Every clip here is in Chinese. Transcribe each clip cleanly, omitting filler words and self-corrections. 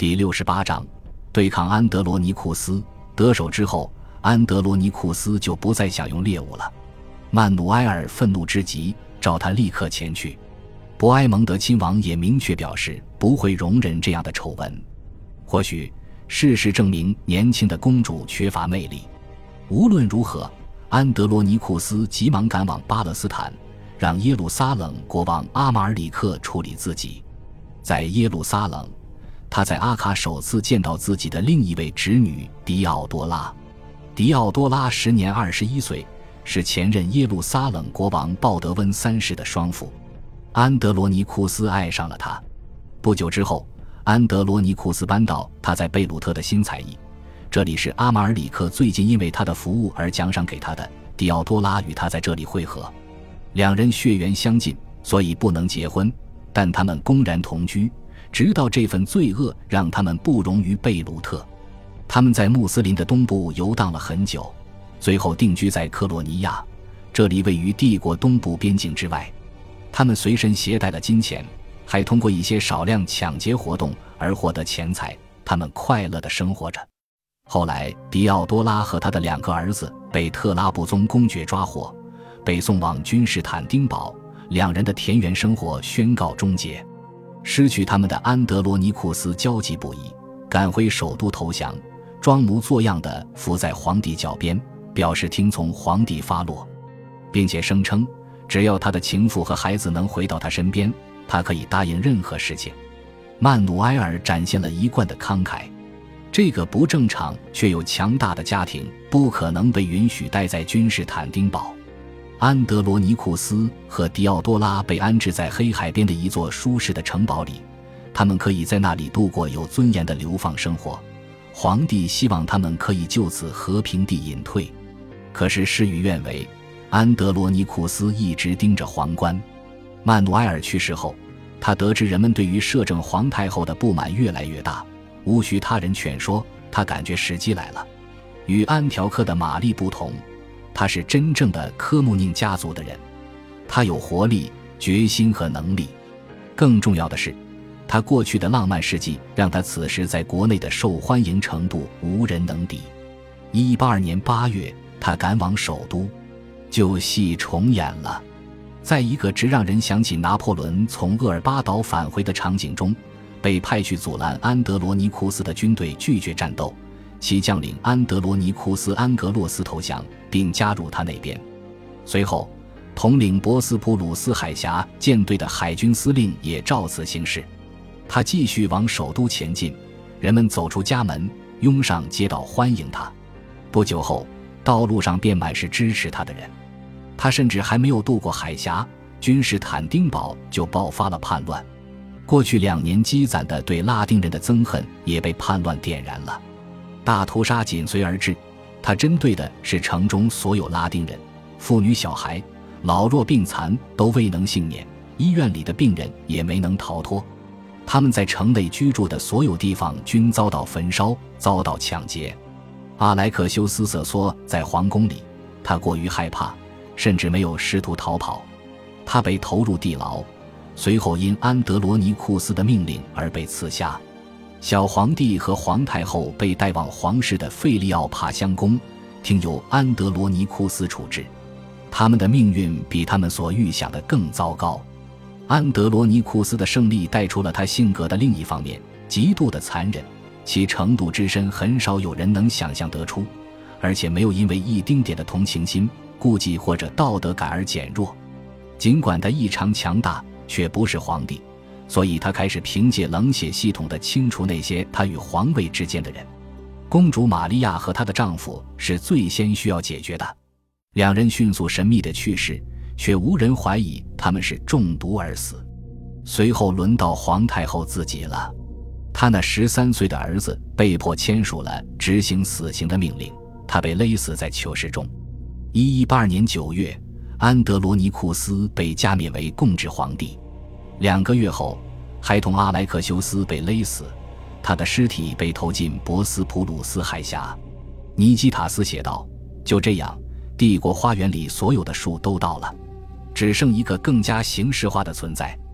第68章，对抗安德罗尼库斯。得手之后，安德罗尼库斯就不再享用猎物了。曼努埃尔愤怒之极，召他立刻前去。伯埃蒙德亲王也明确表示不会容忍这样的丑闻。或许事实证明年轻的公主缺乏魅力。无论如何，安德罗尼库斯急忙赶往巴勒斯坦，让耶路撒冷国王阿马尔里克处理自己。在耶路撒冷，他在阿卡首次见到自己的另一位侄女迪奥多拉。迪奥多拉时年21岁，是前任耶路撒冷国王鲍德温3世的双父。安德罗尼库斯爱上了她。不久之后，安德罗尼库斯搬到他在贝鲁特的新采邑，这里是阿马尔里克最近因为他的服务而奖赏给他的。迪奥多拉与他在这里会合，两人血缘相近，所以不能结婚，但他们公然同居，直到这份罪恶让他们不容于贝鲁特。他们在穆斯林的东部游荡了很久，最后定居在科罗尼亚，这里位于帝国东部边境之外。他们随身携带了金钱，还通过一些少量抢劫活动而获得钱财，他们快乐地生活着。后来迪奥多拉和他的2个儿子被特拉布宗公爵抓获，被送往君士坦丁堡，两人的田园生活宣告终结。失去他们的安德罗尼库斯焦急不已，赶回首都投降，装模作样地伏在皇帝脚边，表示听从皇帝发落，并且声称只要他的情妇和孩子能回到他身边，他可以答应任何事情。曼努埃尔展现了一贯的慷慨，这个不正常却又强大的家庭不可能被允许待在君士坦丁堡。安德罗尼库斯和迪奥多拉被安置在黑海边的一座舒适的城堡里，他们可以在那里度过有尊严的流放生活。皇帝希望他们可以就此和平地隐退，可是事与愿违，安德罗尼库斯一直盯着皇冠。曼努埃尔去世后，他得知人们对于摄政皇太后的不满越来越大，无需他人劝说，他感觉时机来了。与安条克的玛丽不同，他是真正的科穆宁家族的人，他有活力、决心和能力。更重要的是，他过去的浪漫事迹让他此时在国内的受欢迎程度无人能敌。182年8月，他赶往首都，旧戏重演了。在一个直让人想起拿破仑从厄尔巴岛返回的场景中，被派去阻拦安德罗尼库斯的军队拒绝战斗，其将领安德罗尼库斯安格洛斯投降并加入他那边。随后统领博斯普鲁斯海峡舰队的海军司令也照此行事。他继续往首都前进，人们走出家门，拥上街道欢迎他。不久后，道路上便满是支持他的人。他甚至还没有渡过海峡，君士坦丁堡就爆发了叛乱。过去2年积攒的对拉丁人的憎恨也被叛乱点燃了。大屠杀紧随而至，他针对的是城中所有拉丁人，妇女小孩、老弱病残都未能幸免，医院里的病人也没能逃脱。他们在城内居住的所有地方均遭到焚烧，遭到抢劫。阿莱克修斯瑟缩在皇宫里，他过于害怕，甚至没有试图逃跑。他被投入地牢，随后因安德罗尼库斯的命令而被刺杀。小皇帝和皇太后被带往皇室的费利奥帕乡宫，听由安德罗尼库斯处置。他们的命运比他们所预想的更糟糕。安德罗尼库斯的胜利带出了他性格的另一方面，极度的残忍，其程度之深很少有人能想象得出，而且没有因为一丁点的同情心、顾忌或者道德感而减弱。尽管他异常强大，却不是皇帝，所以他开始凭借冷血系统地清除那些他与皇位之间的人。公主玛利亚和她的丈夫是最先需要解决的，两人迅速神秘地去世，却无人怀疑他们是中毒而死。随后轮到皇太后自己了，她那13岁的儿子被迫签署了执行死刑的命令，他被勒死在囚室中。1182年9月，安德罗尼库斯被加冕为共治皇帝。2个月后，孩童阿莱克修斯被勒死，他的尸体被投进博斯普鲁斯海峡。尼基塔斯写道，就这样，帝国花园里所有的树都倒了，只剩一个更加形式化的存在。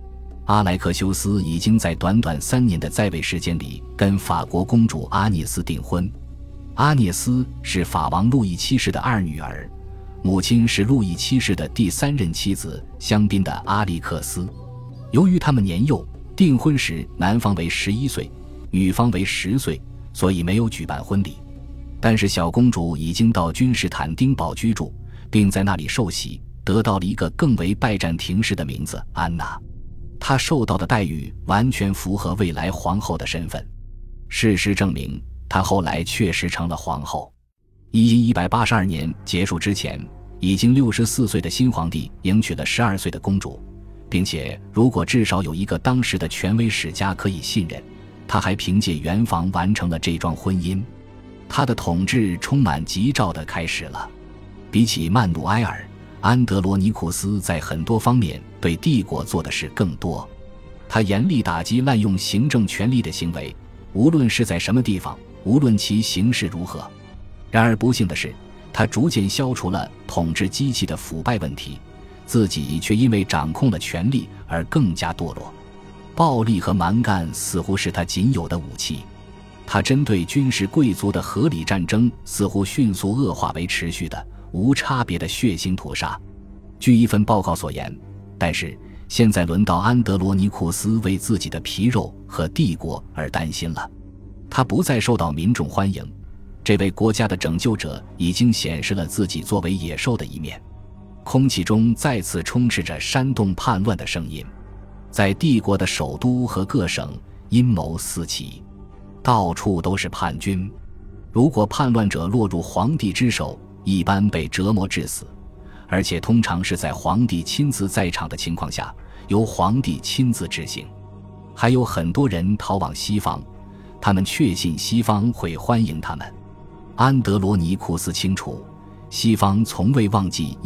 阿莱克修斯已经在短短3年的在位时间里跟法国公主阿涅斯订婚。阿涅斯是法王路易七世的二女儿，母亲是路易七世的第3任妻子香槟的阿历克斯。由于他们年幼，订婚时男方为11岁，女方为10岁，所以没有举办婚礼。但是小公主已经到君士坦丁堡居住，并在那里受洗，得到了一个更为拜占庭式的名字安娜。她受到的待遇完全符合未来皇后的身份。事实证明，她后来确实成了皇后。1182年结束之前，已经64岁的新皇帝迎娶了12岁的公主，并且如果至少有一个当时的权威史家可以信任，他还凭借圆房完成了这桩婚姻。他的统治充满吉兆地开始了。比起曼努埃尔，安德罗尼库斯在很多方面对帝国做的事更多。他严厉打击滥用行政权力的行为，无论是在什么地方，无论其形式如何。然而不幸的是，他逐渐消除了统治机器的腐败问题，自己却因为掌控了权力而更加堕落。暴力和蛮干似乎是他仅有的武器。他针对军事贵族的合理战争似乎迅速恶化为持续的无差别的血腥屠杀。据一份报告所言，但是现在轮到安德罗尼库斯为自己的皮肉和帝国而担心了。他不再受到民众欢迎，这位国家的拯救者已经显示了自己作为野兽的一面。空气中再次充斥着煽动叛乱的声音，在帝国的首都和各省，阴谋四起，到处都是叛军。如果叛乱者落入皇帝之手，一般被折磨致死，而且通常是在皇帝亲自在场的情况下，由皇帝亲自执行。还有很多人逃往西方，他们确信西方会欢迎他们。安德罗尼库斯清楚，西方从未忘记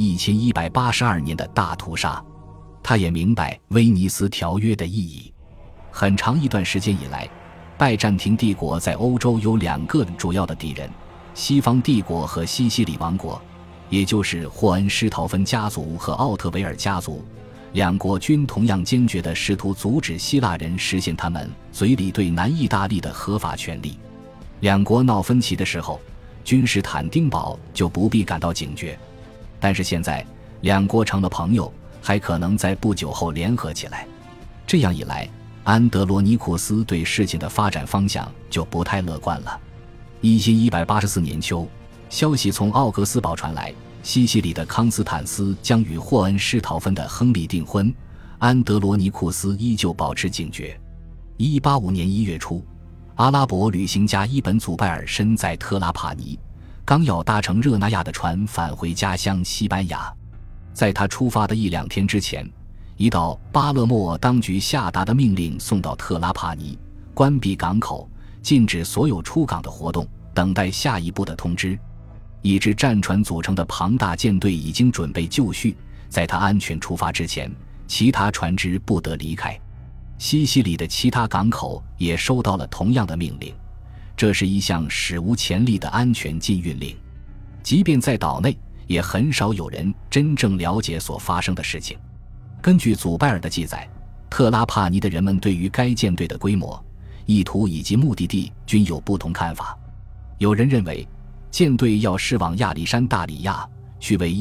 1182年的大屠杀，他也明白威尼斯条约的意义。很长一段时间以来，拜占庭帝国在欧洲有2个主要的敌人，西方帝国和西西里王国，也就是霍恩施陶芬家族和奥特维尔家族。2国均同样坚决地试图阻止希腊人实现他们嘴里对南意大利的合法权利。2国闹分歧的时候，君士坦丁堡就不必感到警觉。但是现在2国成了朋友，还可能在不久后联合起来。这样一来，安德罗尼库斯对事情的发展方向就不太乐观了。1184年秋，消息从奥格斯堡传来，西西里的康斯坦斯将与霍恩施陶芬的亨利订婚。安德罗尼库斯依旧保持警觉。1185年1月初，阿拉伯旅行家伊本祖拜尔身在特拉帕尼，刚要搭乘热那亚的船返回家乡西班牙。在他出发的1-2天之前，一道巴勒莫当局下达的命令送到特拉帕尼，关闭港口，禁止所有出港的活动，等待下一步的通知。一支战船组成的庞大舰队已经准备就绪，在他安全出发之前，其他船只不得离开。西西里的其他港口也收到了同样的命令，这是一项史无前例的安全禁运令。即便在岛内，也很少有人真正了解所发生的事情。根据祖拜尔的记载，特拉帕尼的人们对于该舰队的规模、意图以及目的地均有不同看法。有人认为舰队要驶往亚历山大里亚，去为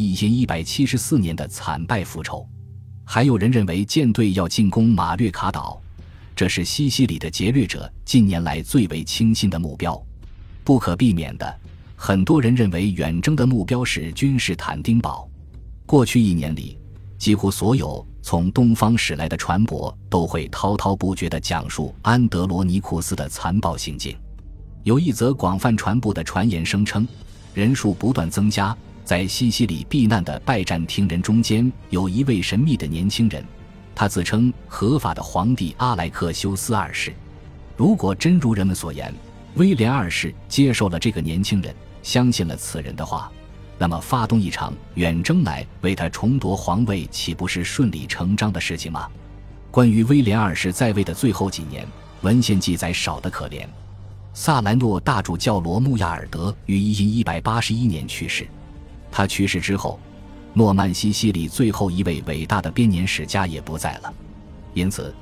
1174年的惨败复仇。还有人认为舰队要进攻马略卡岛，这是西西里的劫掠者近年来最为倾心的目标。不可避免的，很多人认为远征的目标是君士坦丁堡。过去1年里，几乎所有从东方驶来的船舶都会滔滔不绝地讲述安德罗尼库斯的残暴行径。有一则广泛传播的传言声称，人数不断增加，在西西里避难的拜占庭人中间有一位神秘的年轻人，他自称合法的皇帝阿莱克修斯二世。如果真如人们所言，威廉二世接受了这个年轻人，相信了此人的话，那么发动一场远征来为他重夺皇位，岂不是顺理成章的事情吗？关于威廉二世在位的最后几年，文献记载少得可怜。萨兰诺大主教罗穆亚尔德于1181年去世。他去世之后，诺曼西西里最后一位伟大的编年史家也不在了。因此，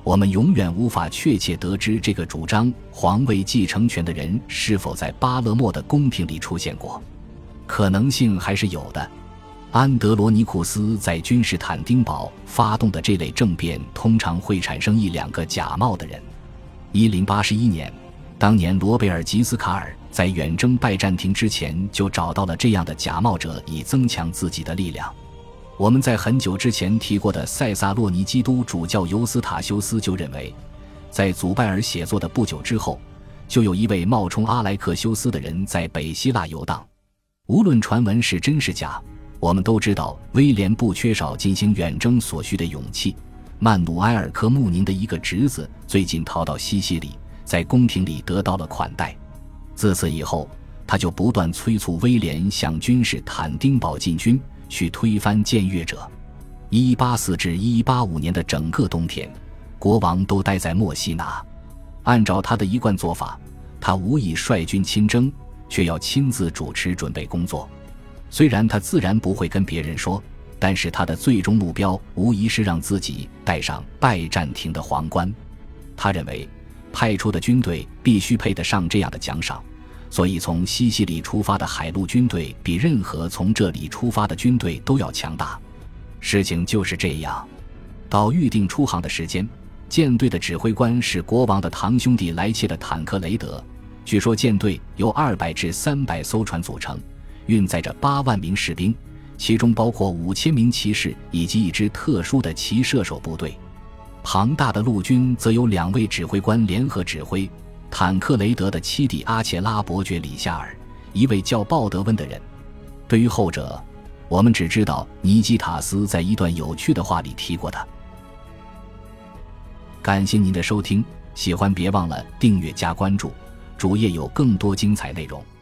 我们永远无法确切得知这个主张皇位继承权的人是否在巴勒莫的宫廷里出现过，可能性还是有的。安德罗尼库斯在君士坦丁堡发动的这类政变通常会产生一两个假冒的人。1081年，当年罗贝尔吉斯卡尔在远征拜占庭之前就找到了这样的假冒者，以增强自己的力量。我们在很久之前提过的塞萨洛尼基督主教尤斯塔修斯就认为，在祖拜尔写作的不久之后，就有一位冒充阿莱克修斯的人在北希腊游荡。无论传闻是真是假，我们都知道威廉不缺少进行远征所需的勇气。曼努埃尔科穆宁的一个侄子最近逃到西西里，在宫廷里得到了款待。自此以后，他就不断催促威廉向君士坦丁堡进军，去推翻僭越者。1184至1185年的整个冬天，国王都待在墨西拿。按照他的一贯做法，他无意率军亲征，却要亲自主持准备工作。虽然他自然不会跟别人说，但是他的最终目标无疑是让自己戴上拜占庭的皇冠。他认为派出的军队必须配得上这样的奖赏，所以从西西里出发的海陆军队比任何从这里出发的军队都要强大。事情就是这样，到预定出航的时间，舰队的指挥官是国王的堂兄弟莱切的坦克雷德。据说舰队由200至300艘船组成，运载着8万名士兵，其中包括5000名骑士以及一支特殊的骑射手部队。庞大的陆军则由2位指挥官联合指挥，坦克雷德的妻弟阿切拉伯爵里夏尔，一位叫鲍德温的人。对于后者，我们只知道尼基塔斯在一段有趣的话里提过他。感谢您的收听，喜欢别忘了订阅加关注，主页有更多精彩内容。